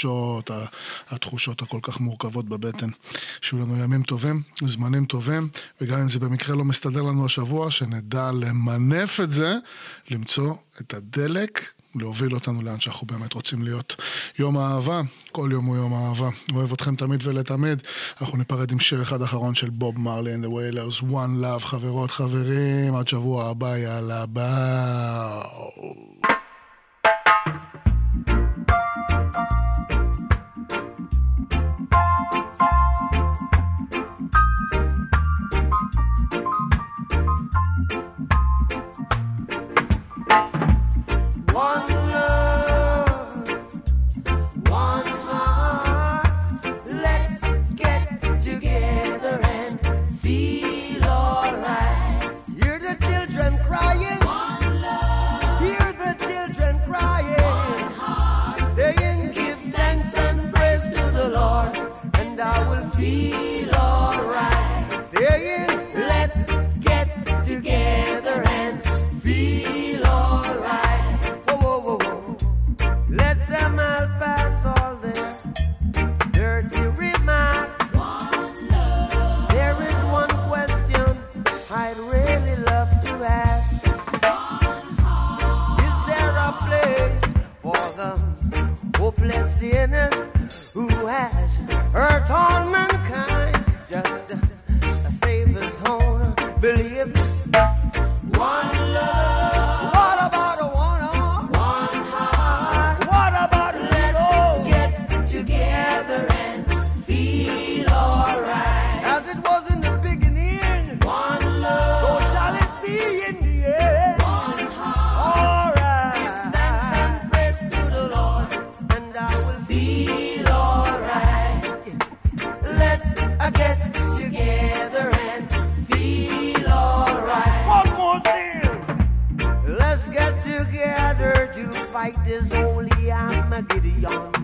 התחושות הכל כך מורכבות בבטן. שיהיו לנו ימים טובים, זמנים טובים, וגם אם זה במקרה לא מסתדר לנו השבוע, שנדע למנף את זה, למצוא את הדלק, להוביל אותנו לאן שאנחנו באמת רוצים להיות. יום האהבה, כל יום הוא יום האהבה. אוהב אתכם תמיד ולתמיד. אנחנו ניפרד עם שיר אחד אחרון של בוב מרלי and the Wailers, One Love, חברות, חברים, עד שבוע הבא, יאללה, באו. Feel alright, saying let's get together and feel alright. Whoa, whoa, whoa, whoa. Let them all pass all their dirty remarks. One love. There is one question I'd really love to ask. One heart. Is there a place for the hopeless sinners who has hurt all mankind? Just save his own belief. One love. What about a one heart? What about let's get together and feel alright? As it was in the beginning, one love. So shall it be in the end. One heart. Alright. Give thanks and praise to the Lord, and I will feel alright. Let's get together and feel alright. One more thing. Let's get together to fight this holy Armageddon.